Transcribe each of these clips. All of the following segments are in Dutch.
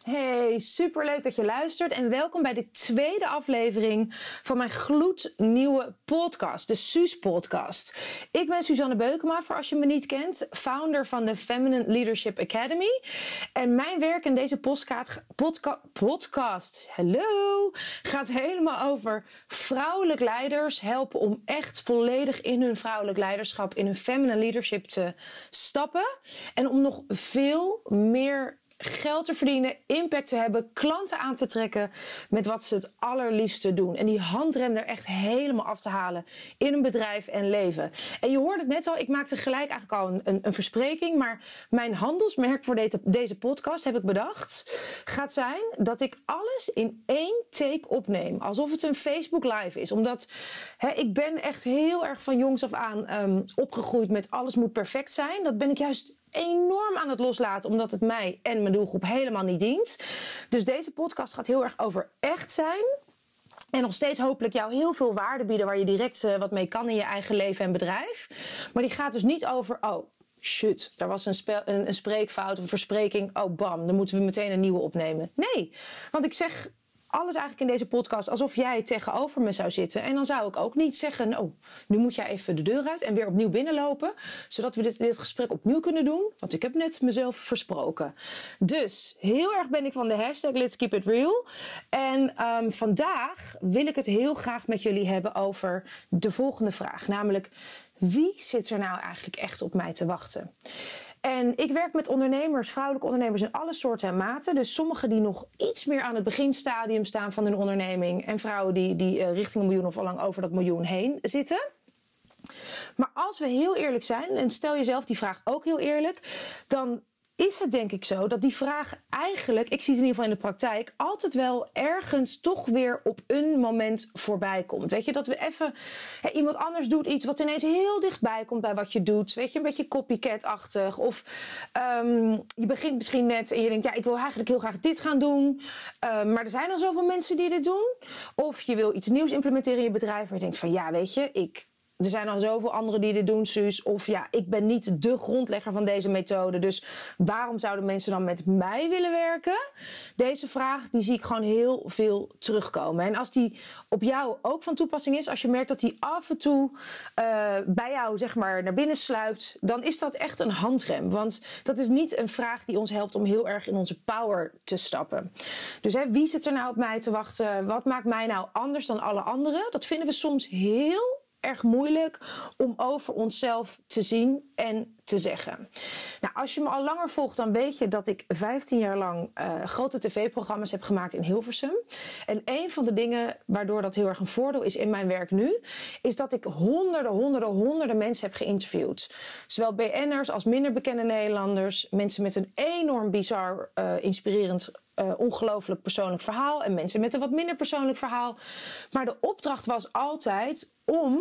Hey, superleuk dat je luistert en welkom bij de tweede aflevering van mijn gloednieuwe podcast, de Suus podcast. Ik ben Suzanne Beukema, voor als je me niet kent, founder van de Feminine Leadership Academy. En mijn werk in deze podcast gaat helemaal over vrouwelijk leiders helpen om echt volledig in hun vrouwelijk leiderschap, in hun feminine leadership te stappen. En om nog veel meer geld te verdienen, impact te hebben, klanten aan te trekken met wat ze het allerliefste doen. En die handrem er echt helemaal af te halen in een bedrijf en leven. En je hoorde het net al, ik maakte gelijk eigenlijk al een verspreking, maar mijn handelsmerk voor deze podcast, heb ik bedacht, gaat zijn dat ik alles in één take opneem. Alsof het een Facebook live is. Omdat ik ben echt heel erg van jongs af aan opgegroeid met alles moet perfect zijn. Dat ben ik juist enorm aan het loslaten, omdat het mij en mijn doelgroep helemaal niet dient. Dus deze podcast gaat heel erg over echt zijn. En nog steeds hopelijk jou heel veel waarde bieden waar je direct wat mee kan in je eigen leven en bedrijf. Maar die gaat dus niet over, oh shit, daar was een spreekfout of een verspreking. Oh bam, dan moeten we meteen een nieuwe opnemen. Nee, want ik zeg alles eigenlijk in deze podcast alsof jij tegenover me zou zitten. En dan zou ik ook niet zeggen, nou, nu moet jij even de deur uit en weer opnieuw binnenlopen. Zodat we dit gesprek opnieuw kunnen doen. Want ik heb net mezelf versproken. Dus heel erg ben ik van de hashtag Let's Keep It Real. En vandaag wil ik het heel graag met jullie hebben over de volgende vraag. Namelijk, wie zit er nou eigenlijk echt op mij te wachten? En ik werk met ondernemers, vrouwelijke ondernemers in alle soorten en maten. Dus sommigen die nog iets meer aan het beginstadium staan van hun onderneming. En vrouwen die richting een miljoen of al lang over dat miljoen heen zitten. Maar als we heel eerlijk zijn, en stel jezelf die vraag ook heel eerlijk, dan is het denk ik zo dat die vraag eigenlijk, ik zie het in ieder geval in de praktijk, altijd wel ergens toch weer op een moment voorbij komt. Weet je, dat we even, iemand anders doet iets wat ineens heel dichtbij komt bij wat je doet. Weet je, een beetje copycat-achtig. Of je begint misschien net en je denkt, ja, ik wil eigenlijk heel graag dit gaan doen. Maar er zijn al zoveel mensen die dit doen. Of je wil iets nieuws implementeren in je bedrijf waar je denkt van, ja, weet je, er zijn al zoveel anderen die dit doen, Suus. Of ja, ik ben niet de grondlegger van deze methode. Dus waarom zouden mensen dan met mij willen werken? Deze vraag, die zie ik gewoon heel veel terugkomen. En als die op jou ook van toepassing is, als je merkt dat die af en toe bij jou zeg maar naar binnen sluipt, dan is dat echt een handrem. Want dat is niet een vraag die ons helpt om heel erg in onze power te stappen. Dus wie zit er nou op mij te wachten? Wat maakt mij nou anders dan alle anderen? Dat vinden we soms heel erg moeilijk om over onszelf te zien en te zeggen. Nou, als je me al langer volgt, dan weet je dat ik 15 jaar lang grote tv-programma's heb gemaakt in Hilversum. En een van de dingen waardoor dat heel erg een voordeel is in mijn werk nu, is dat ik honderden mensen heb geïnterviewd. Zowel BN'ers als minder bekende Nederlanders, mensen met een enorm bizar, inspirerend, ongelooflijk persoonlijk verhaal en mensen met een wat minder persoonlijk verhaal. Maar de opdracht was altijd om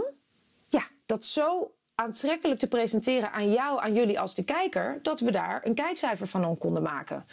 dat zo aantrekkelijk te presenteren aan jou, aan jullie als de kijker, dat we daar een kijkcijfer van konden maken.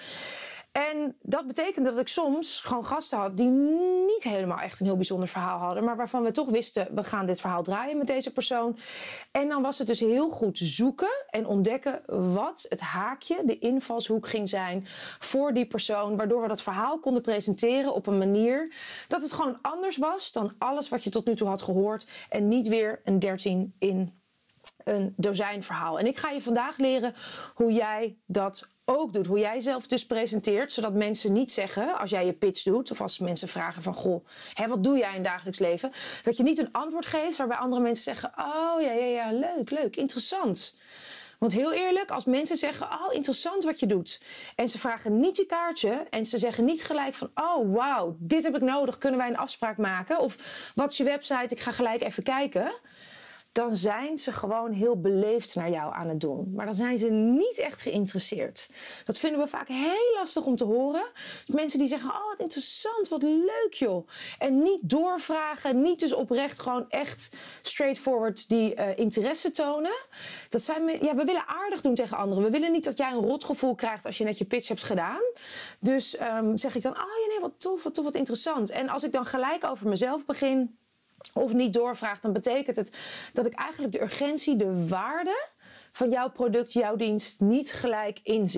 En dat betekende dat ik soms gewoon gasten had die niet helemaal echt een heel bijzonder verhaal hadden, maar waarvan we toch wisten, we gaan dit verhaal draaien met deze persoon. En dan was het dus heel goed zoeken en ontdekken wat het haakje, de invalshoek ging zijn voor die persoon, waardoor we dat verhaal konden presenteren op een manier dat het gewoon anders was dan alles wat je tot nu toe had gehoord en niet weer een 13 in een dozijn verhaal. En ik ga je vandaag leren hoe jij dat ook doet. Hoe jij jezelf dus presenteert, zodat mensen niet zeggen, als jij je pitch doet, of als mensen vragen van, goh, wat doe jij in het dagelijks leven? Dat je niet een antwoord geeft waarbij andere mensen zeggen, oh ja, leuk, interessant. Want heel eerlijk, als mensen zeggen, oh, interessant wat je doet. En ze vragen niet je kaartje. En ze zeggen niet gelijk van, oh, wauw, dit heb ik nodig. Kunnen wij een afspraak maken? Of, wat is je website? Ik ga gelijk even kijken. Dan zijn ze gewoon heel beleefd naar jou aan het doen. Maar dan zijn ze niet echt geïnteresseerd. Dat vinden we vaak heel lastig om te horen. Mensen die zeggen, oh wat interessant, wat leuk joh. En niet doorvragen, niet dus oprecht gewoon echt straightforward die interesse tonen. Dat zijn we willen aardig doen tegen anderen. We willen niet dat jij een rotgevoel krijgt als je net je pitch hebt gedaan. Dus zeg ik dan, oh ja nee, wat tof, wat interessant. En als ik dan gelijk over mezelf begin, of niet doorvraag, dan betekent het dat ik eigenlijk de urgentie, de waarde van jouw product, jouw dienst niet gelijk inzie.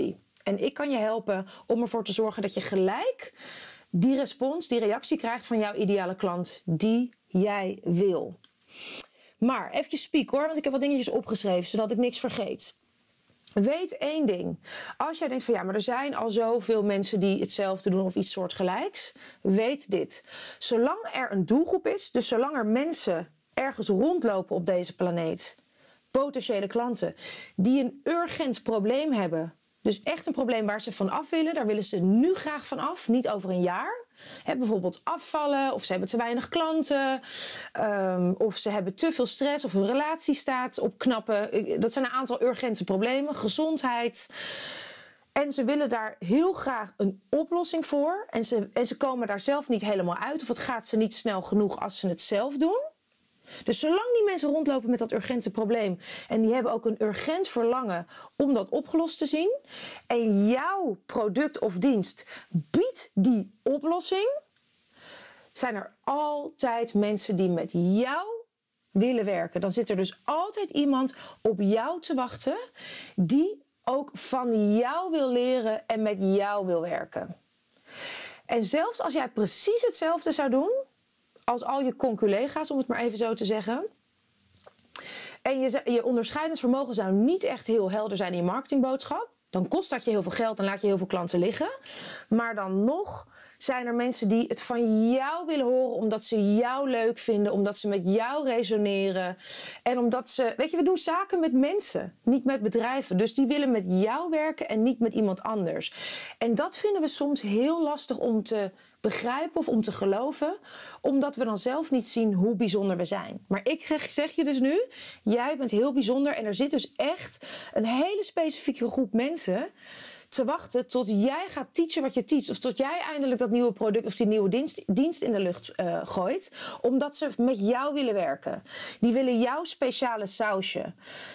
En ik kan je helpen om ervoor te zorgen dat je gelijk die respons, die reactie krijgt van jouw ideale klant die jij wil. Maar even spiek hoor, want ik heb wat dingetjes opgeschreven zodat ik niks vergeet. Weet één ding. Als jij denkt van ja, maar er zijn al zoveel mensen die hetzelfde doen of iets soortgelijks. Weet dit. Zolang er een doelgroep is, dus zolang er mensen ergens rondlopen op deze planeet, potentiële klanten, die een urgent probleem hebben. Dus echt een probleem waar ze van af willen. Daar willen ze nu graag van af, niet over een jaar. Bijvoorbeeld afvallen, of ze hebben te weinig klanten, of ze hebben te veel stress, of hun relatie staat op knappen. Dat zijn een aantal urgente problemen, gezondheid. En ze willen daar heel graag een oplossing voor. En ze komen daar zelf niet helemaal uit, of het gaat ze niet snel genoeg als ze het zelf doen. Dus zolang die mensen rondlopen met dat urgente probleem en die hebben ook een urgent verlangen om dat opgelost te zien en jouw product of dienst biedt die oplossing, zijn er altijd mensen die met jou willen werken. Dan zit er dus altijd iemand op jou te wachten die ook van jou wil leren en met jou wil werken. En zelfs als jij precies hetzelfde zou doen als al je conculega's, om het maar even zo te zeggen, en je onderscheidend vermogen zou niet echt heel helder zijn in je marketingboodschap, dan kost dat je heel veel geld en laat je heel veel klanten liggen. Maar dan nog zijn er mensen die het van jou willen horen omdat ze jou leuk vinden, omdat ze met jou resoneren. En omdat ze, weet je, we doen zaken met mensen, niet met bedrijven. Dus die willen met jou werken en niet met iemand anders. En dat vinden we soms heel lastig om te begrijpen of om te geloven, omdat we dan zelf niet zien hoe bijzonder we zijn. Maar ik zeg je dus nu, jij bent heel bijzonder en er zit dus echt een hele specifieke groep mensen te wachten tot jij gaat teachen wat je teacht. Of tot jij eindelijk dat nieuwe product of die nieuwe dienst in de lucht gooit. Omdat ze met jou willen werken. Die willen jouw speciale sausje.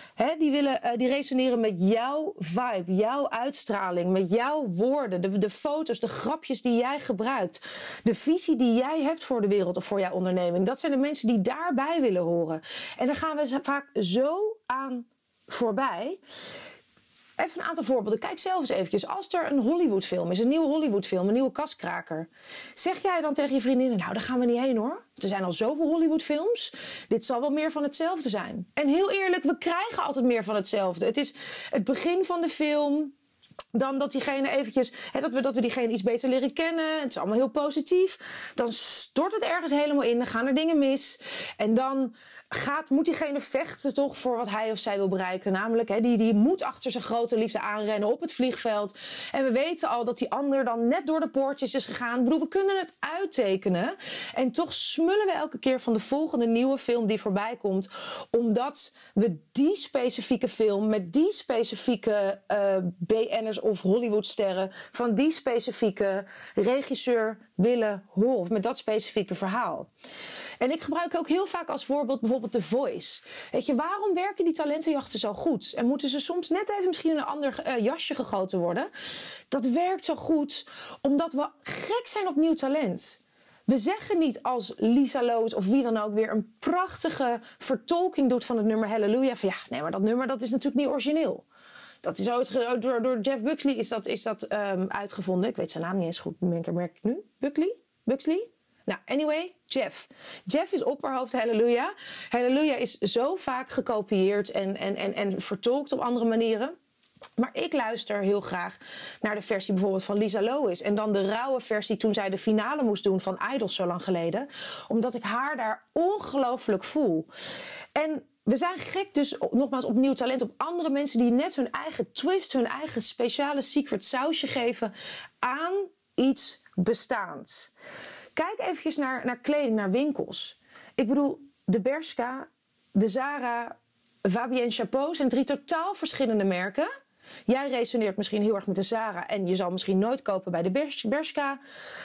Die resoneren met jouw vibe, jouw uitstraling, met jouw woorden, de foto's, de grapjes die jij gebruikt, de visie die jij hebt voor de wereld of voor jouw onderneming. Dat zijn de mensen die daarbij willen horen. En daar gaan we vaak zo aan voorbij. Even een aantal voorbeelden. Kijk zelf eens eventjes. Als er een Hollywoodfilm is, een nieuwe Hollywoodfilm, een nieuwe kaskraker. Zeg jij dan tegen je vriendinnen, nou daar gaan we niet heen hoor. Er zijn al zoveel Hollywoodfilms. Dit zal wel meer van hetzelfde zijn. En heel eerlijk, we krijgen altijd meer van hetzelfde. Het is het begin van de film. Dan dat diegene eventjes, dat we diegene iets beter leren kennen. Het is allemaal heel positief. Dan stort het ergens helemaal in. Dan gaan er dingen mis. En dan moet diegene vechten toch voor wat hij of zij wil bereiken. Namelijk, die moet achter zijn grote liefde aanrennen op het vliegveld. En we weten al dat die ander dan net door de poortjes is gegaan. Ik bedoel, we kunnen het uittekenen. En toch smullen we elke keer van de volgende nieuwe film die voorbij komt. Omdat we die specifieke film met die specifieke BN'ers of Hollywoodsterren van die specifieke regisseur willen horen. Of met dat specifieke verhaal. En ik gebruik ook heel vaak als voorbeeld bijvoorbeeld The Voice. Weet je, waarom werken die talentenjachten zo goed? En moeten ze soms net even misschien in een ander jasje gegoten worden? Dat werkt zo goed omdat we gek zijn op nieuw talent. We zeggen niet als Lisa Loos of wie dan ook weer een prachtige vertolking doet van het nummer Hallelujah. Van ja, nee, maar dat nummer dat is natuurlijk niet origineel. Dat is ooit door Jeff Buckley is dat uitgevonden. Ik weet zijn naam niet eens goed, merk ik nu. Buckley? Nou, anyway, Jeff. Jeff is opperhoofd Hallelujah. Hallelujah is zo vaak gekopieerd en vertolkt op andere manieren. Maar ik luister heel graag naar de versie bijvoorbeeld van Lisa Lois. En dan de rauwe versie toen zij de finale moest doen van Idols zo lang geleden. Omdat ik haar daar ongelooflijk voel. En we zijn gek dus nogmaals op nieuw talent, op andere mensen die net hun eigen twist, hun eigen speciale secret sausje geven aan iets bestaans. Kijk eventjes naar kleding, naar winkels. Ik bedoel, de Bershka, de Zara, Fabienne Chapeau zijn 3 totaal verschillende merken. Jij resoneert misschien heel erg met de Zara en je zal misschien nooit kopen bij de Bershka.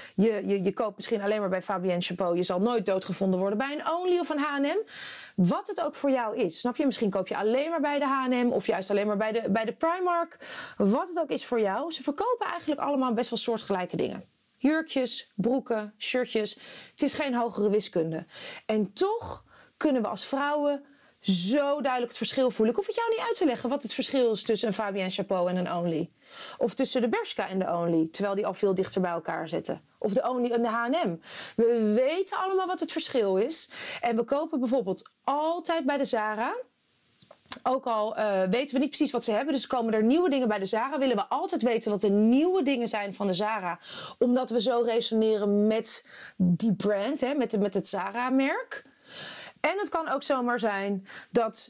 Je koopt misschien alleen maar bij Fabienne Chapeau. Je zal nooit doodgevonden worden bij een Only of een H&M. Wat het ook voor jou is. Snap je? Misschien koop je alleen maar bij de H&M of juist alleen maar bij de Primark. Wat het ook is voor jou. Ze verkopen eigenlijk allemaal best wel soortgelijke dingen. Jurkjes, broeken, shirtjes. Het is geen hogere wiskunde. En toch kunnen we als vrouwen zo duidelijk het verschil voelen. Ik hoef het jou niet uit te leggen wat het verschil is tussen een Fabienne Chapeau en een Only. Of tussen de Bershka en de Only, terwijl die al veel dichter bij elkaar zitten. Of de Only en de H&M. We weten allemaal wat het verschil is. En we kopen bijvoorbeeld altijd bij de Zara. Ook al weten we niet precies wat ze hebben. Dus komen er nieuwe dingen bij de Zara. Willen we altijd weten wat de nieuwe dingen zijn van de Zara. Omdat we zo resoneren met die brand. Hè, met het Zara-merk. En het kan ook zomaar zijn dat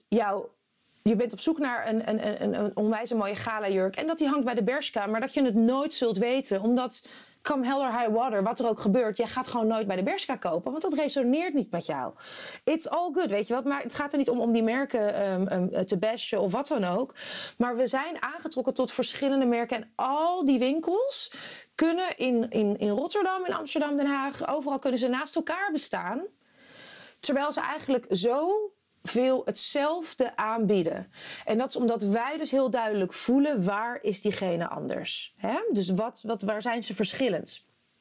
je bent op zoek naar een onwijs mooie gala jurk. En dat die hangt bij de Bershka. Maar dat je het nooit zult weten. Omdat, come hell or high water, wat er ook gebeurt. Jij gaat gewoon nooit bij de Bershka kopen. Want dat resoneert niet met jou. It's all good, weet je wat. Maar het gaat er niet om die merken te bashen of wat dan ook. Maar we zijn aangetrokken tot verschillende merken. En al die winkels kunnen in Rotterdam, in Amsterdam, Den Haag. Overal kunnen ze naast elkaar bestaan. Terwijl ze eigenlijk zoveel hetzelfde aanbieden. En dat is omdat wij dus heel duidelijk voelen, waar is diegene anders? Hè? Dus waar zijn ze verschillend?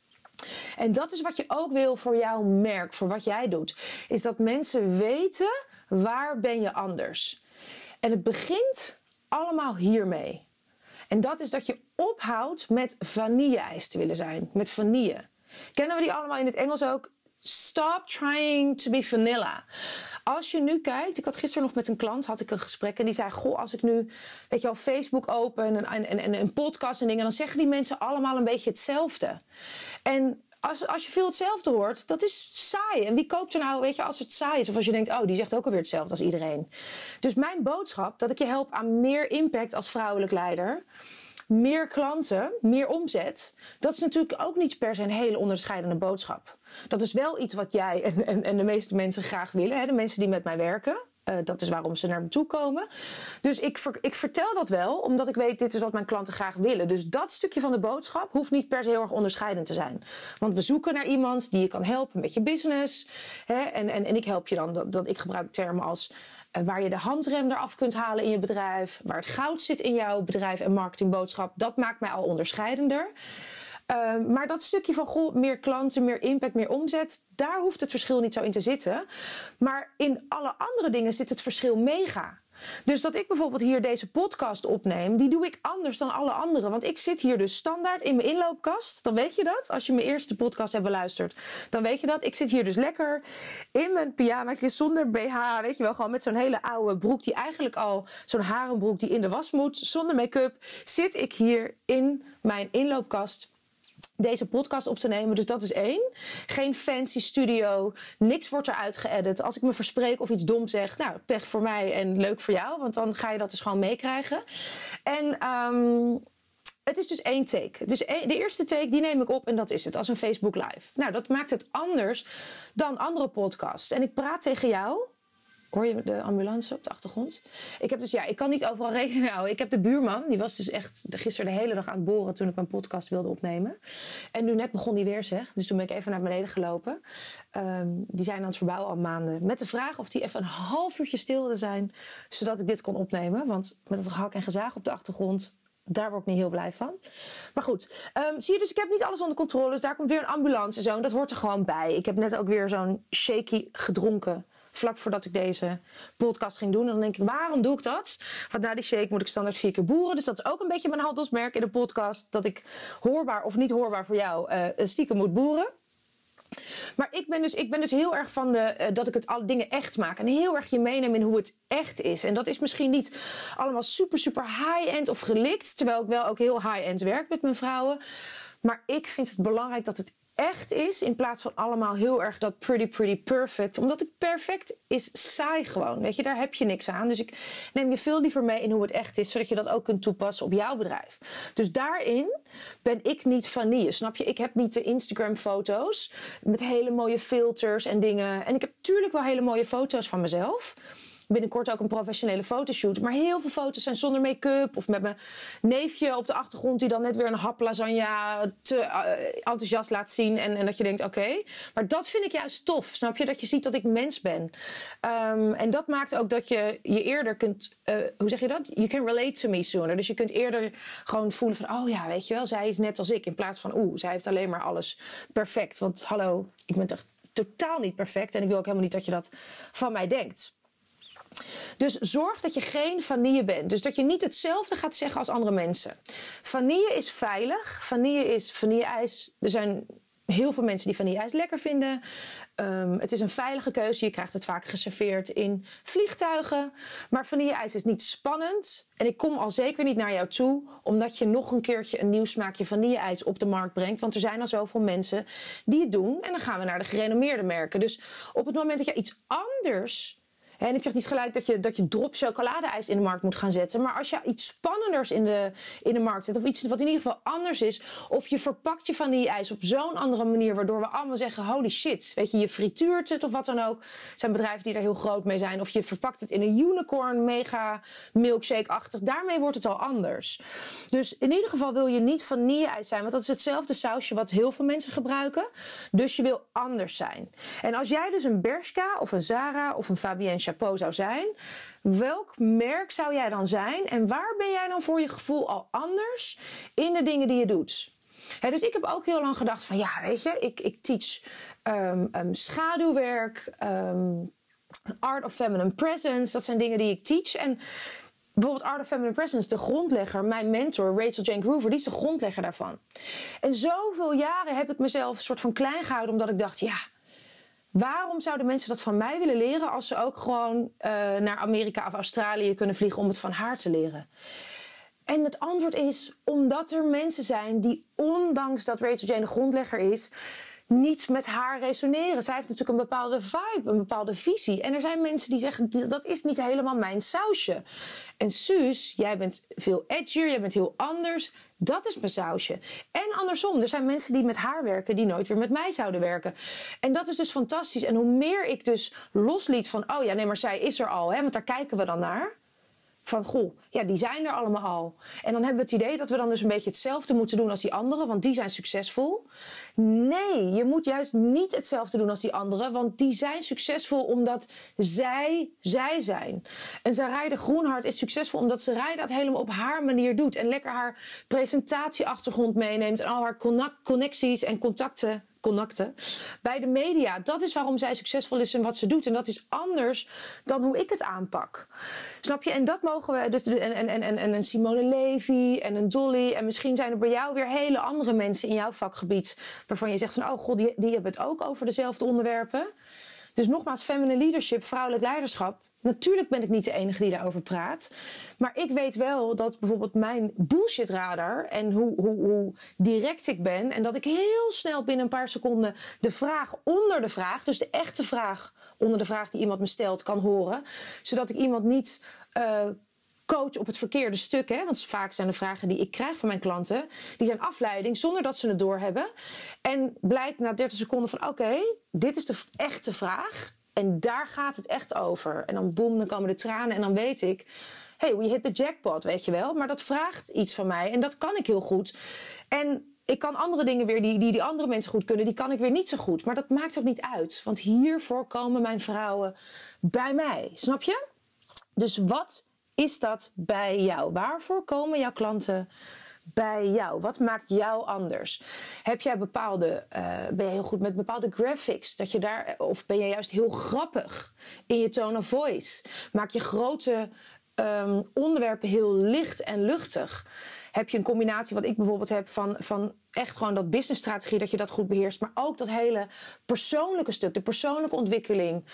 En dat is wat je ook wil voor jouw merk, voor wat jij doet. Is dat mensen weten, waar ben je anders? En het begint allemaal hiermee. En dat is dat je ophoudt met vanille-ijs te willen zijn. Met vanille. Kennen we die allemaal in het Engels ook? Stop trying to be vanilla. Als je nu kijkt, ik had gisteren nog met een klant had ik een gesprek en die zei, goh, als ik nu, weet je wel, Facebook open en een podcast en dingen, dan zeggen die mensen allemaal een beetje hetzelfde. En als je veel hetzelfde hoort, dat is saai. En wie koopt er nou, weet je, als het saai is? Of als je denkt, oh, die zegt ook alweer hetzelfde als iedereen. Dus mijn boodschap, dat ik je help aan meer impact als vrouwelijk leider, meer klanten, meer omzet, dat is natuurlijk ook niet per se een hele onderscheidende boodschap. Dat is wel iets wat jij en de meeste mensen graag willen. Hè? De mensen die met mij werken. Dat is waarom ze naar me toe komen. Dus ik vertel dat wel, omdat ik weet, dit is wat mijn klanten graag willen. Dus dat stukje van de boodschap hoeft niet per se heel erg onderscheidend te zijn. Want we zoeken naar iemand die je kan helpen met je business. Hè? En ik help je dan, dat ik gebruik termen als waar je de handrem eraf kunt halen in je bedrijf. Waar het goud zit in jouw bedrijf en marketingboodschap. Dat maakt mij al onderscheidender. Maar dat stukje van meer klanten, meer impact, meer omzet, daar hoeft het verschil niet zo in te zitten. Maar in alle andere dingen zit het verschil mega. Dus dat ik bijvoorbeeld hier deze podcast opneem, die doe ik anders dan alle anderen. Want ik zit hier dus standaard in mijn inloopkast. Dan weet je dat. Als je mijn eerste podcast hebt beluisterd, dan weet je dat. Ik zit hier dus lekker in mijn pyjamaatje zonder BH. Weet je wel, gewoon met zo'n hele oude broek die eigenlijk al, zo'n harenbroek die in de was moet. Zonder make-up zit ik hier in mijn inloopkast deze podcast op te nemen. Dus dat is 1. Geen fancy studio. Niks wordt eruit geëdit. Als ik me verspreek of iets dom zeg, nou, pech voor mij en leuk voor jou. Want dan ga je dat dus gewoon meekrijgen. En het is dus 1 take. Het is de eerste take, die neem ik op en dat is het. Als een Facebook live. Nou, dat maakt het anders dan andere podcasts. En ik praat tegen jou. Hoor je de ambulance op de achtergrond? Ik kan niet overal rekening houden. Ik heb de buurman, die was dus echt gisteren de hele dag aan het boren toen ik mijn podcast wilde opnemen. En nu net begon die weer, zeg. Dus toen ben ik even naar beneden gelopen. Die zijn aan het verbouwen al maanden. Met de vraag of die even een half uurtje stil wilde zijn, zodat ik dit kon opnemen. Want met het gehak en gezaag op de achtergrond, daar word ik niet heel blij van. Maar goed, zie je, dus ik heb niet alles onder controle. Dus daar komt weer een ambulance en zo. En dat hoort er gewoon bij. Ik heb net ook weer zo'n shaky gedronken vlak voordat ik deze podcast ging doen. En dan denk ik, waarom doe ik dat? Want na die shake moet ik standaard 4 keer boeren. Dus dat is ook een beetje mijn handelsmerk in de podcast. Dat ik hoorbaar of niet hoorbaar voor jou stiekem moet boeren. Maar ik ben dus heel erg van dat ik het alle dingen echt maak. En heel erg je meeneem in hoe het echt is. En dat is misschien niet allemaal super, super high-end of gelikt. Terwijl ik wel ook heel high-end werk met mijn vrouwen. Maar ik vind het belangrijk dat het echt is, in plaats van allemaal heel erg dat pretty perfect. Omdat het perfect is saai gewoon. Weet je, daar heb je niks aan. Dus ik neem je veel liever mee in hoe het echt is, zodat je dat ook kunt toepassen op jouw bedrijf. Dus daarin ben ik niet vanille, snap je? Ik heb niet de Instagram foto's met hele mooie filters en dingen. En ik heb natuurlijk wel hele mooie foto's van mezelf. Binnenkort ook een professionele fotoshoot. Maar heel veel foto's zijn zonder make-up. Of met mijn neefje op de achtergrond die dan net weer een hap lasagne te enthousiast laat zien. En dat je denkt, oké. Maar dat vind ik juist tof. Snap je? Dat je ziet dat ik mens ben. En dat maakt ook dat je eerder kunt, hoe zeg je dat? You can relate to me sooner. Dus je kunt eerder gewoon voelen van, oh ja, weet je wel, zij is net als ik. In plaats van, zij heeft alleen maar alles perfect. Want hallo, ik ben echt totaal niet perfect. En ik wil ook helemaal niet dat je dat van mij denkt. Dus zorg dat je geen vanille bent. Dus dat je niet hetzelfde gaat zeggen als andere mensen. Vanille is veilig. Vanille is vanille-ijs. Er zijn heel veel mensen die vanille-ijs lekker vinden. Het is een veilige keuze. Je krijgt het vaak geserveerd in vliegtuigen. Maar vanille-ijs is niet spannend. En ik kom al zeker niet naar jou toe, omdat je nog een keertje een nieuw smaakje vanille-ijs op de markt brengt. Want er zijn al zoveel mensen die het doen. En dan gaan we naar de gerenommeerde merken. Dus op het moment dat je iets anders... En ik zeg niet gelijk dat je drop chocoladeijs in de markt moet gaan zetten. Maar als je iets spannenders in de markt zet. Of iets wat in ieder geval anders is. Of je verpakt je vanille-ijs op zo'n andere manier. Waardoor we allemaal zeggen, holy shit. Weet je frituurt het of wat dan ook. Er zijn bedrijven die daar heel groot mee zijn. Of je verpakt het in een unicorn mega milkshake-achtig. Daarmee wordt het al anders. Dus in ieder geval wil je niet vanille-ijs zijn. Want dat is hetzelfde sausje wat heel veel mensen gebruiken. Dus je wil anders zijn. En als jij dus een Bershka of een Zara of een Fabienne Chapeau zou zijn, welk merk zou jij dan zijn? En waar ben jij dan voor je gevoel al anders in de dingen die je doet? Dus ik heb ook heel lang gedacht van, ja, weet je, ik teach schaduwwerk, Art of Feminine Presence. Dat zijn dingen die ik teach. En bijvoorbeeld Art of Feminine Presence, de grondlegger, mijn mentor Rachel Jane Groover, die is de grondlegger daarvan. En zoveel jaren heb ik mezelf een soort van klein gehouden, omdat ik dacht, ja, waarom zouden mensen dat van mij willen leren als ze ook gewoon naar Amerika of Australië kunnen vliegen om het van haar te leren? En het antwoord is omdat er mensen zijn die, ondanks dat Rachel Jane de grondlegger is, niet met haar resoneren. Zij heeft natuurlijk een bepaalde vibe, een bepaalde visie. En er zijn mensen die zeggen, dat is niet helemaal mijn sausje. En Suus, jij bent veel edgier, jij bent heel anders. Dat is mijn sausje. En andersom, er zijn mensen die met haar werken, die nooit weer met mij zouden werken. En dat is dus fantastisch. En hoe meer ik dus losliet van, oh ja, nee, maar zij is er al, hè, want daar kijken we dan naar. Van, goh, ja, die zijn er allemaal al. En dan hebben we het idee dat we dan dus een beetje hetzelfde moeten doen als die anderen, want die zijn succesvol. Nee, je moet juist niet hetzelfde doen als die anderen, want die zijn succesvol omdat zij zijn. En Sarai de Groenhart is succesvol omdat Sarai dat helemaal op haar manier doet. En lekker haar presentatieachtergrond meeneemt en al haar connecties en contacten bij de media. Dat is waarom zij succesvol is in wat ze doet. En dat is anders dan hoe ik het aanpak. Snap je? En dat mogen we. Dus, en een Simone Levy en een Dolly. En misschien zijn er bij jou weer hele andere mensen in jouw vakgebied, waarvan je zegt van, oh god, die hebben het ook over dezelfde onderwerpen. Dus nogmaals, feminine leadership, vrouwelijk leiderschap. Natuurlijk ben ik niet de enige die daarover praat. Maar ik weet wel dat bijvoorbeeld mijn bullshit radar en hoe direct ik ben, en dat ik heel snel binnen een paar seconden de vraag onder de vraag, dus de echte vraag onder de vraag die iemand me stelt, kan horen. Zodat ik iemand niet coach op het verkeerde stuk. Hè? Want vaak zijn de vragen die ik krijg van mijn klanten, die zijn afleiding zonder dat ze het doorhebben. En blijkt na 30 seconden van, oké, dit is de echte vraag. En daar gaat het echt over. En dan boem, dan komen de tranen en dan weet ik, hey, we hit the jackpot, weet je wel. Maar dat vraagt iets van mij en dat kan ik heel goed. En ik kan andere dingen weer die andere mensen goed kunnen, die kan ik weer niet zo goed. Maar dat maakt ook niet uit. Want hiervoor komen mijn vrouwen bij mij. Snap je? Dus wat is dat bij jou? Waarvoor komen jouw klanten bij jou? Wat maakt jou anders? Heb jij ben je heel goed met bepaalde graphics? Of ben je juist heel grappig in je tone of voice? Maak je grote onderwerpen heel licht en luchtig? Heb je een combinatie, wat ik bijvoorbeeld heb, van echt gewoon dat businessstrategie, dat je dat goed beheerst, maar ook dat hele persoonlijke stuk, de persoonlijke ontwikkeling.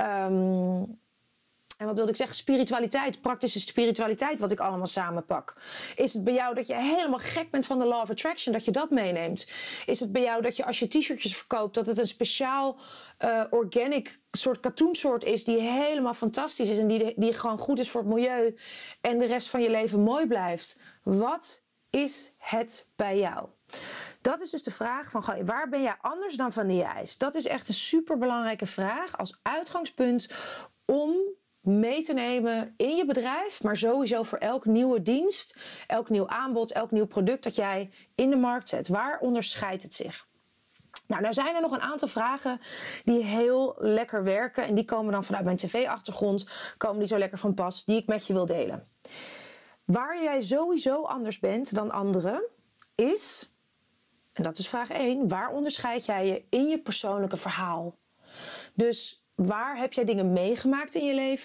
En wat wilde ik zeggen? Spiritualiteit, praktische spiritualiteit, wat ik allemaal samenpak. Is het bij jou dat je helemaal gek bent van de Law of Attraction, dat je dat meeneemt? Is het bij jou dat je als je t-shirtjes verkoopt, dat het een speciaal organic soort katoensoort is die helemaal fantastisch is en die gewoon goed is voor het milieu en de rest van je leven mooi blijft? Wat is het bij jou? Dat is dus de vraag van, waar ben jij anders dan vanille-ijs? Dat is echt een superbelangrijke vraag als uitgangspunt om mee te nemen in je bedrijf, maar sowieso voor elk nieuwe dienst, elk nieuw aanbod, elk nieuw product dat jij in de markt zet. Waar onderscheidt het zich? Nou zijn er nog een aantal vragen die heel lekker werken en die komen dan vanuit mijn tv-achtergrond, komen die zo lekker van pas, die ik met je wil delen. Waar jij sowieso anders bent dan anderen is, en dat is vraag 1, waar onderscheid jij je in je persoonlijke verhaal? Dus waar heb jij dingen meegemaakt in je leven?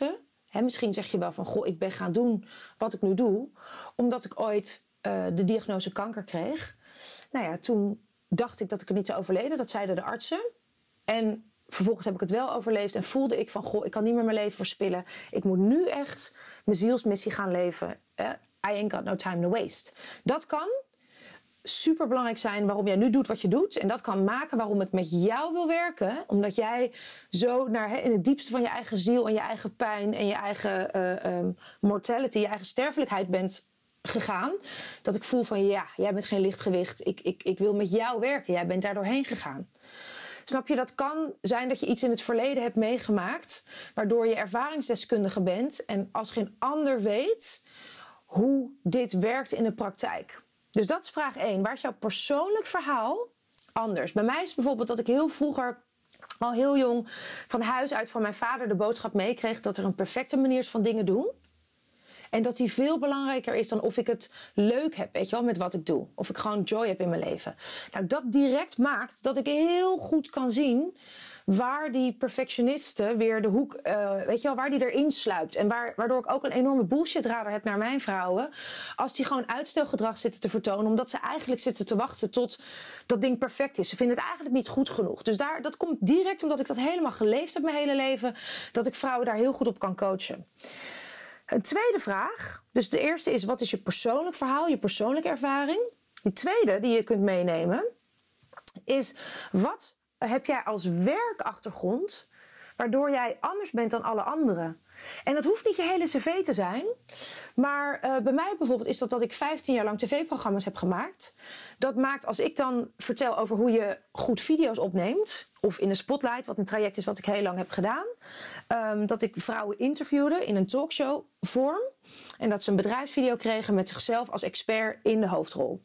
Misschien zeg je wel van, goh, ik ben gaan doen wat ik nu doe, omdat ik ooit de diagnose kanker kreeg. Nou ja, toen dacht ik dat ik er niet zou overleden. Dat zeiden de artsen. En vervolgens heb ik het wel overleefd en voelde ik van, goh, ik kan niet meer mijn leven verspillen. Ik moet nu echt mijn zielsmissie gaan leven. I ain't got no time to waste. Dat kan super belangrijk zijn waarom jij nu doet wat je doet. En dat kan maken waarom ik met jou wil werken. Omdat jij zo in het diepste van je eigen ziel en je eigen pijn en je eigen mortality, je eigen sterfelijkheid bent gegaan. Dat ik voel van, ja, jij bent geen lichtgewicht. Ik wil met jou werken. Jij bent daar doorheen gegaan. Snap je, dat kan zijn dat je iets in het verleden hebt meegemaakt, waardoor je ervaringsdeskundige bent en als geen ander weet hoe dit werkt in de praktijk. Dus dat is vraag 1. Waar is jouw persoonlijk verhaal anders? Bij mij is het bijvoorbeeld dat ik heel vroeger, al heel jong, van huis uit van mijn vader de boodschap meekreeg dat er een perfecte manier is van dingen doen. En dat die veel belangrijker is dan of ik het leuk heb, weet je wel, met wat ik doe. Of ik gewoon joy heb in mijn leven. Nou, dat direct maakt dat ik heel goed kan zien waar die perfectionisten weer de hoek, weet je wel, waar die erin sluipt. En waardoor ik ook een enorme bullshitradar heb naar mijn vrouwen. Als die gewoon uitstelgedrag zitten te vertonen, omdat ze eigenlijk zitten te wachten tot dat ding perfect is. Ze vinden het eigenlijk niet goed genoeg. Dus dat komt direct omdat ik dat helemaal geleefd heb mijn hele leven, dat ik vrouwen daar heel goed op kan coachen. Een tweede vraag. Dus de eerste is, wat is je persoonlijk verhaal, je persoonlijke ervaring? Die tweede die je kunt meenemen is, wat heb jij als werkachtergrond waardoor jij anders bent dan alle anderen? En dat hoeft niet je hele cv te zijn. Maar bij mij bijvoorbeeld is dat ik 15 jaar lang tv-programma's heb gemaakt. Dat maakt, als ik dan vertel over hoe je goed video's opneemt, of in een spotlight, wat een traject is wat ik heel lang heb gedaan, dat ik vrouwen interviewde in een talkshow vorm. En dat ze een bedrijfsvideo kregen met zichzelf als expert in de hoofdrol.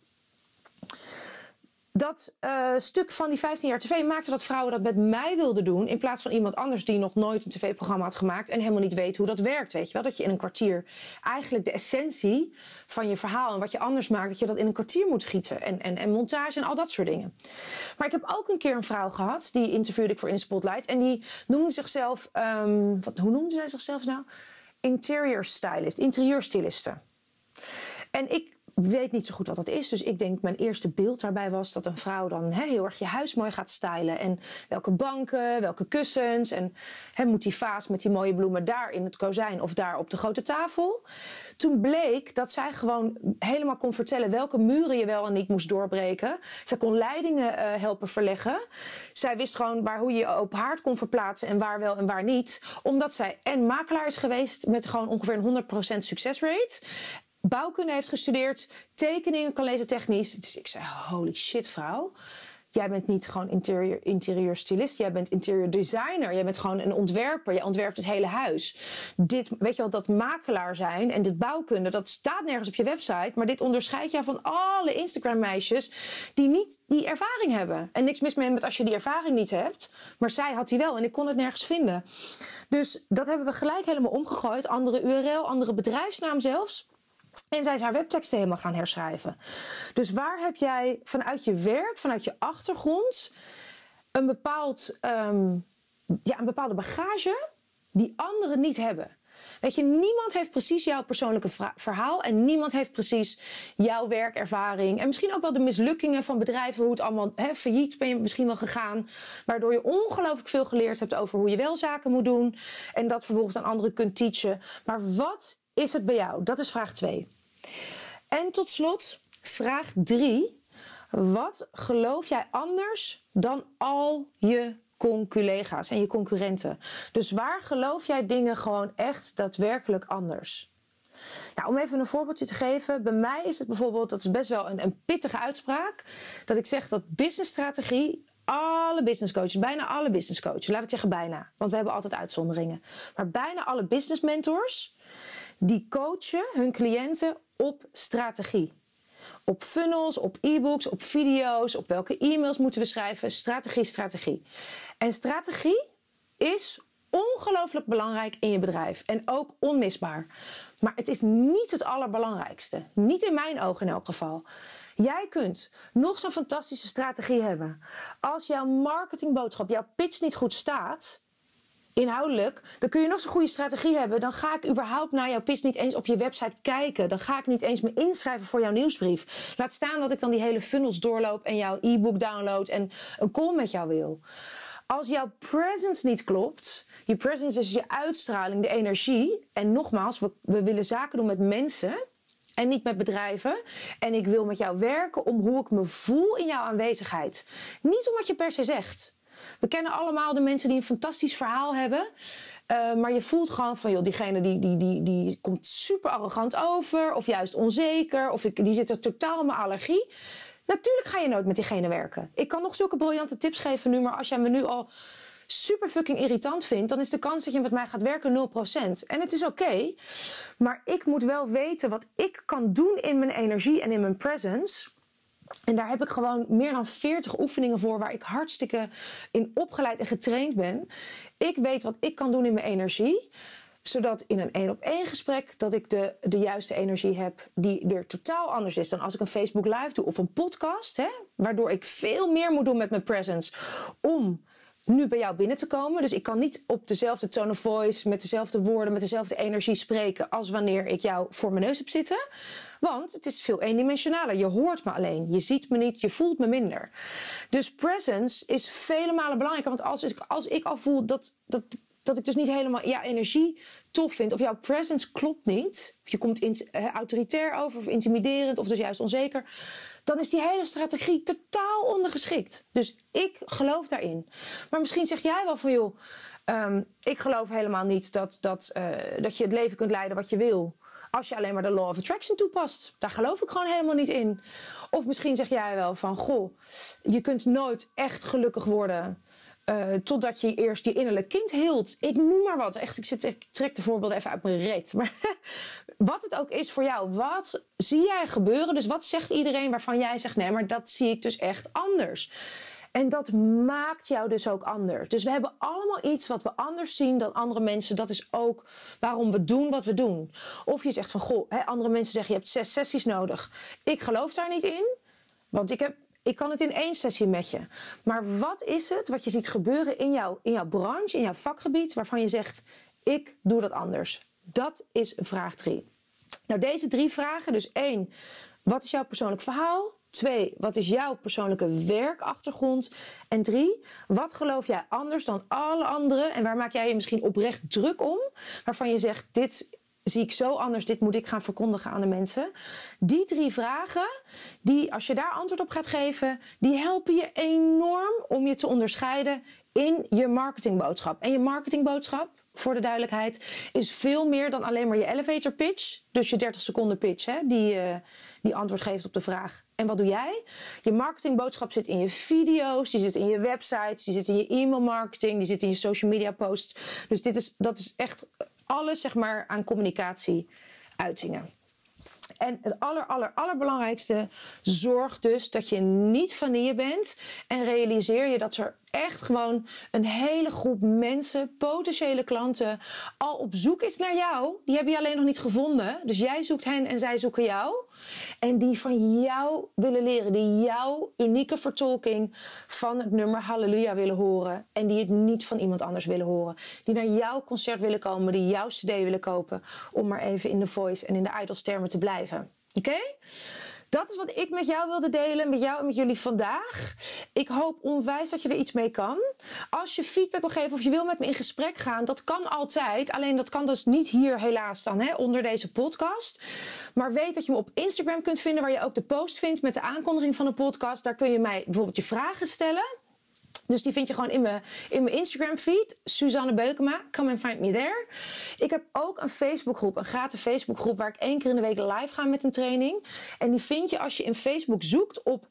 Dat stuk van die 15 jaar tv maakte dat vrouwen dat met mij wilden doen, in plaats van iemand anders die nog nooit een tv-programma had gemaakt en helemaal niet weet hoe dat werkt. Weet je wel? Dat je in een kwartier eigenlijk de essentie van je verhaal en wat je anders maakt, dat je dat in een kwartier moet gieten. En montage en al dat soort dingen. Maar ik heb ook een keer een vrouw gehad, die interviewde ik voor in de spotlight. En die noemde zichzelf, hoe noemde zij zichzelf nou? Interieurstyliste. En ik weet niet zo goed wat dat is. Dus ik denk, mijn eerste beeld daarbij was dat een vrouw dan heel erg je huis mooi gaat stylen. En welke banken, welke kussens. En moet die vaas met die mooie bloemen daar in het kozijn of daar op de grote tafel. Toen bleek dat zij gewoon helemaal kon vertellen welke muren je wel en niet moest doorbreken. Zij kon leidingen helpen verleggen. Zij wist gewoon hoe je je open haard kon verplaatsen en waar wel en waar niet. Omdat zij en makelaar is geweest met gewoon ongeveer een 100% succesrate. Bouwkunde heeft gestudeerd, tekeningen kan lezen technisch. Dus ik zei, holy shit vrouw. Jij bent niet gewoon interieurstylist, jij bent interieur designer. Jij bent gewoon een ontwerper, jij ontwerpt het hele huis. Dit, weet je wel, dat makelaar zijn en dit bouwkunde, dat staat nergens op je website. Maar dit onderscheidt jou van alle Instagram meisjes die niet die ervaring hebben. En niks mis met als je die ervaring niet hebt. Maar zij had die wel en ik kon het nergens vinden. Dus dat hebben we gelijk helemaal omgegooid. Andere URL, andere bedrijfsnaam zelfs. En zij is haar webteksten helemaal gaan herschrijven. Dus waar heb jij vanuit je werk, vanuit je achtergrond een bepaalde bagage die anderen niet hebben? Weet je, niemand heeft precies jouw persoonlijke verhaal en niemand heeft precies jouw werkervaring. En misschien ook wel de mislukkingen van bedrijven, hoe het allemaal failliet ben je misschien wel gegaan. Waardoor je ongelooflijk veel geleerd hebt over hoe je wel zaken moet doen. En dat vervolgens aan anderen kunt teachen. Maar wat is het bij jou? Dat is vraag 2. En tot slot, vraag 3. Wat geloof jij anders dan al je collega's en je concurrenten? Dus waar geloof jij dingen gewoon echt daadwerkelijk anders? Nou, om even een voorbeeldje te geven. Bij mij is het bijvoorbeeld, dat is best wel een pittige uitspraak, dat ik zeg dat businessstrategie, alle business coaches, bijna alle business coaches, laat ik zeggen bijna, want we hebben altijd uitzonderingen. Maar bijna alle business mentors, die coachen hun cliënten op strategie. Op funnels, op e-books, op video's, op welke e-mails moeten we schrijven. Strategie. En strategie is ongelooflijk belangrijk in je bedrijf. En ook onmisbaar. Maar het is niet het allerbelangrijkste. Niet in mijn ogen in elk geval. Jij kunt nog zo'n fantastische strategie hebben. Als jouw marketingboodschap, jouw pitch niet goed staat, inhoudelijk, dan kun je nog zo'n goede strategie hebben. Dan ga ik überhaupt naar jouw pitch niet eens op je website kijken. Dan ga ik niet eens me inschrijven voor jouw nieuwsbrief. Laat staan dat ik dan die hele funnels doorloop en jouw e-book download en een call met jou wil. Als jouw presence niet klopt, je presence is je uitstraling, de energie. En nogmaals, we willen zaken doen met mensen en niet met bedrijven. En ik wil met jou werken om hoe ik me voel in jouw aanwezigheid. Niet om wat je per se zegt. We kennen allemaal de mensen die een fantastisch verhaal hebben. Maar je voelt gewoon van, joh, diegene die komt super arrogant over. Of juist onzeker. Of die zit er totaal in mijn allergie. Natuurlijk ga je nooit met diegene werken. Ik kan nog zulke briljante tips geven nu. Maar als jij me nu al super fucking irritant vindt, dan is de kans dat je met mij gaat werken 0%. En het is oké. Maar ik moet wel weten wat ik kan doen in mijn energie en in mijn presence. En daar heb ik gewoon meer dan 40 oefeningen voor waar ik hartstikke in opgeleid en getraind ben. Ik weet wat ik kan doen in mijn energie. Zodat in een 1-op-1 gesprek dat ik de juiste energie heb die weer totaal anders is dan als ik een Facebook live doe of een podcast. Waardoor ik veel meer moet doen met mijn presence om nu bij jou binnen te komen. Dus ik kan niet op dezelfde tone of voice, met dezelfde woorden, met dezelfde energie spreken als wanneer ik jou voor mijn neus heb zitten. Want het is veel eendimensionaler. Je hoort me alleen. Je ziet me niet. Je voelt me minder. Dus presence is vele malen belangrijker. Want als ik al voel dat ik dus niet helemaal jouw energie tof vind. Of jouw presence klopt niet. Of je komt autoritair over of intimiderend of dus juist onzeker. Dan is die hele strategie totaal ondergeschikt. Dus ik geloof daarin. Maar misschien zeg jij wel van joh, ik geloof helemaal niet dat je het leven kunt leiden wat je wil. Als je alleen maar de law of attraction toepast. Daar geloof ik gewoon helemaal niet in. Of misschien zeg jij wel van goh, je kunt nooit echt gelukkig worden totdat je eerst je innerlijk kind hield. Ik noem maar wat. Echt, ik trek de voorbeelden even uit mijn reet. Maar wat het ook is voor jou. Wat zie jij gebeuren? Dus wat zegt iedereen waarvan jij zegt nee, maar dat zie ik dus echt anders. En dat maakt jou dus ook anders. Dus we hebben allemaal iets wat we anders zien dan andere mensen. Dat is ook waarom we doen wat we doen. Of je zegt van goh, andere mensen zeggen je hebt 6 sessies nodig. Ik geloof daar niet in. Want ik kan het in 1 sessie met je. Maar wat is het wat je ziet gebeuren in jouw branche, in jouw vakgebied, waarvan je zegt, ik doe dat anders? Dat is vraag 3. Nou, deze 3 vragen, dus 1, wat is jouw persoonlijk verhaal? 2, wat is jouw persoonlijke werkachtergrond? En 3, wat geloof jij anders dan alle anderen? En waar maak jij je misschien oprecht druk om? Waarvan je zegt, dit zie ik zo anders, dit moet ik gaan verkondigen aan de mensen. Die 3 vragen, als je daar antwoord op gaat geven, die helpen je enorm om je te onderscheiden in je marketingboodschap. En je marketingboodschap, voor de duidelijkheid, is veel meer dan alleen maar je elevator pitch. Dus je 30 seconden pitch, die antwoord geeft op de vraag. En wat doe jij? Je marketingboodschap zit in je video's, die zit in je websites, die zit in je e-mailmarketing, die zit in je social media posts. Dus dat is echt alles, zeg maar, aan communicatie uitingen. En het allerbelangrijkste, zorg dus dat je niet vanille bent. En realiseer je dat er echt gewoon een hele groep mensen, potentiële klanten, al op zoek is naar jou. Die hebben je alleen nog niet gevonden. Dus jij zoekt hen en zij zoeken jou. En die van jou willen leren. Die jouw unieke vertolking van het nummer Halleluja willen horen. En die het niet van iemand anders willen horen. Die naar jouw concert willen komen. Die jouw cd willen kopen. Om maar even in de Voice en in de Idols termen te blijven. Oké? Dat is wat ik met jou wilde delen, met jou en met jullie vandaag. Ik hoop onwijs dat je er iets mee kan. Als je feedback wil geven of je wil met me in gesprek gaan, dat kan altijd. Alleen dat kan dus niet hier helaas dan, onder deze podcast. Maar weet dat je me op Instagram kunt vinden, waar je ook de post vindt met de aankondiging van de podcast. Daar kun je mij bijvoorbeeld je vragen stellen. Dus die vind je gewoon in mijn Instagram feed. Suzanne Beukema. Come and find me there. Ik heb ook een Facebookgroep. Een gratis Facebookgroep waar ik 1 keer in de week live ga met een training. En die vind je als je in Facebook zoekt op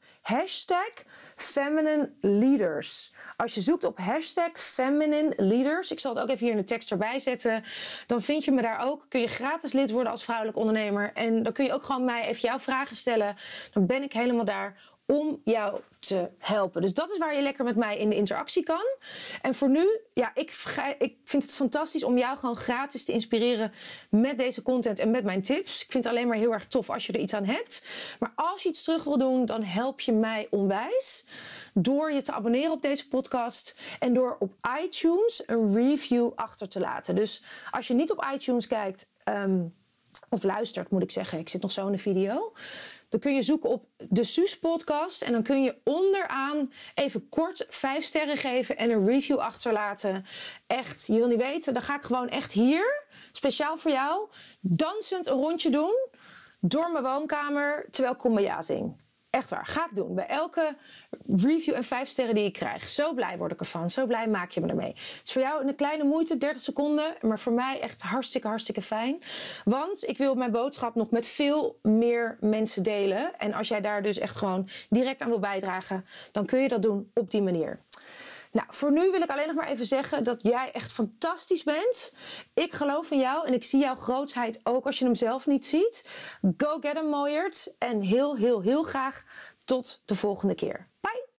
#Feminine Leaders. Als je zoekt op #Feminine Leaders. Ik zal het ook even hier in de tekst erbij zetten. Dan vind je me daar ook. Kun je gratis lid worden als vrouwelijk ondernemer. En dan kun je ook gewoon mij even jouw vragen stellen. Dan ben ik helemaal daar om jou te helpen. Dus dat is waar je lekker met mij in de interactie kan. En voor nu, ik vind het fantastisch om jou gewoon gratis te inspireren met deze content en met mijn tips. Ik vind het alleen maar heel erg tof als je er iets aan hebt. Maar als je iets terug wil doen, dan help je mij onwijs. door je te abonneren op deze podcast en door op iTunes een review achter te laten. Dus als je niet op iTunes kijkt of luistert, moet ik zeggen, ik zit nog zo in de video, dan kun je zoeken op de Suus podcast en dan kun je onderaan even kort 5 sterren geven en een review achterlaten. Echt, je wil niet weten, dan ga ik gewoon echt hier, speciaal voor jou, dansend een rondje doen door mijn woonkamer terwijl ik Kumbaya zing. Echt waar, ga ik doen. Bij elke review en 5 sterren die ik krijg. Zo blij word ik ervan. Zo blij maak je me ermee. Het is voor jou een kleine moeite, 30 seconden. Maar voor mij echt hartstikke fijn. Want ik wil mijn boodschap nog met veel meer mensen delen. En als jij daar dus echt gewoon direct aan wil bijdragen, dan kun je dat doen op die manier. Nou, voor nu wil ik alleen nog maar even zeggen dat jij echt fantastisch bent. Ik geloof in jou en ik zie jouw grootsheid ook als je hem zelf niet ziet. Go get hem, mooiert. En heel graag tot de volgende keer. Bye!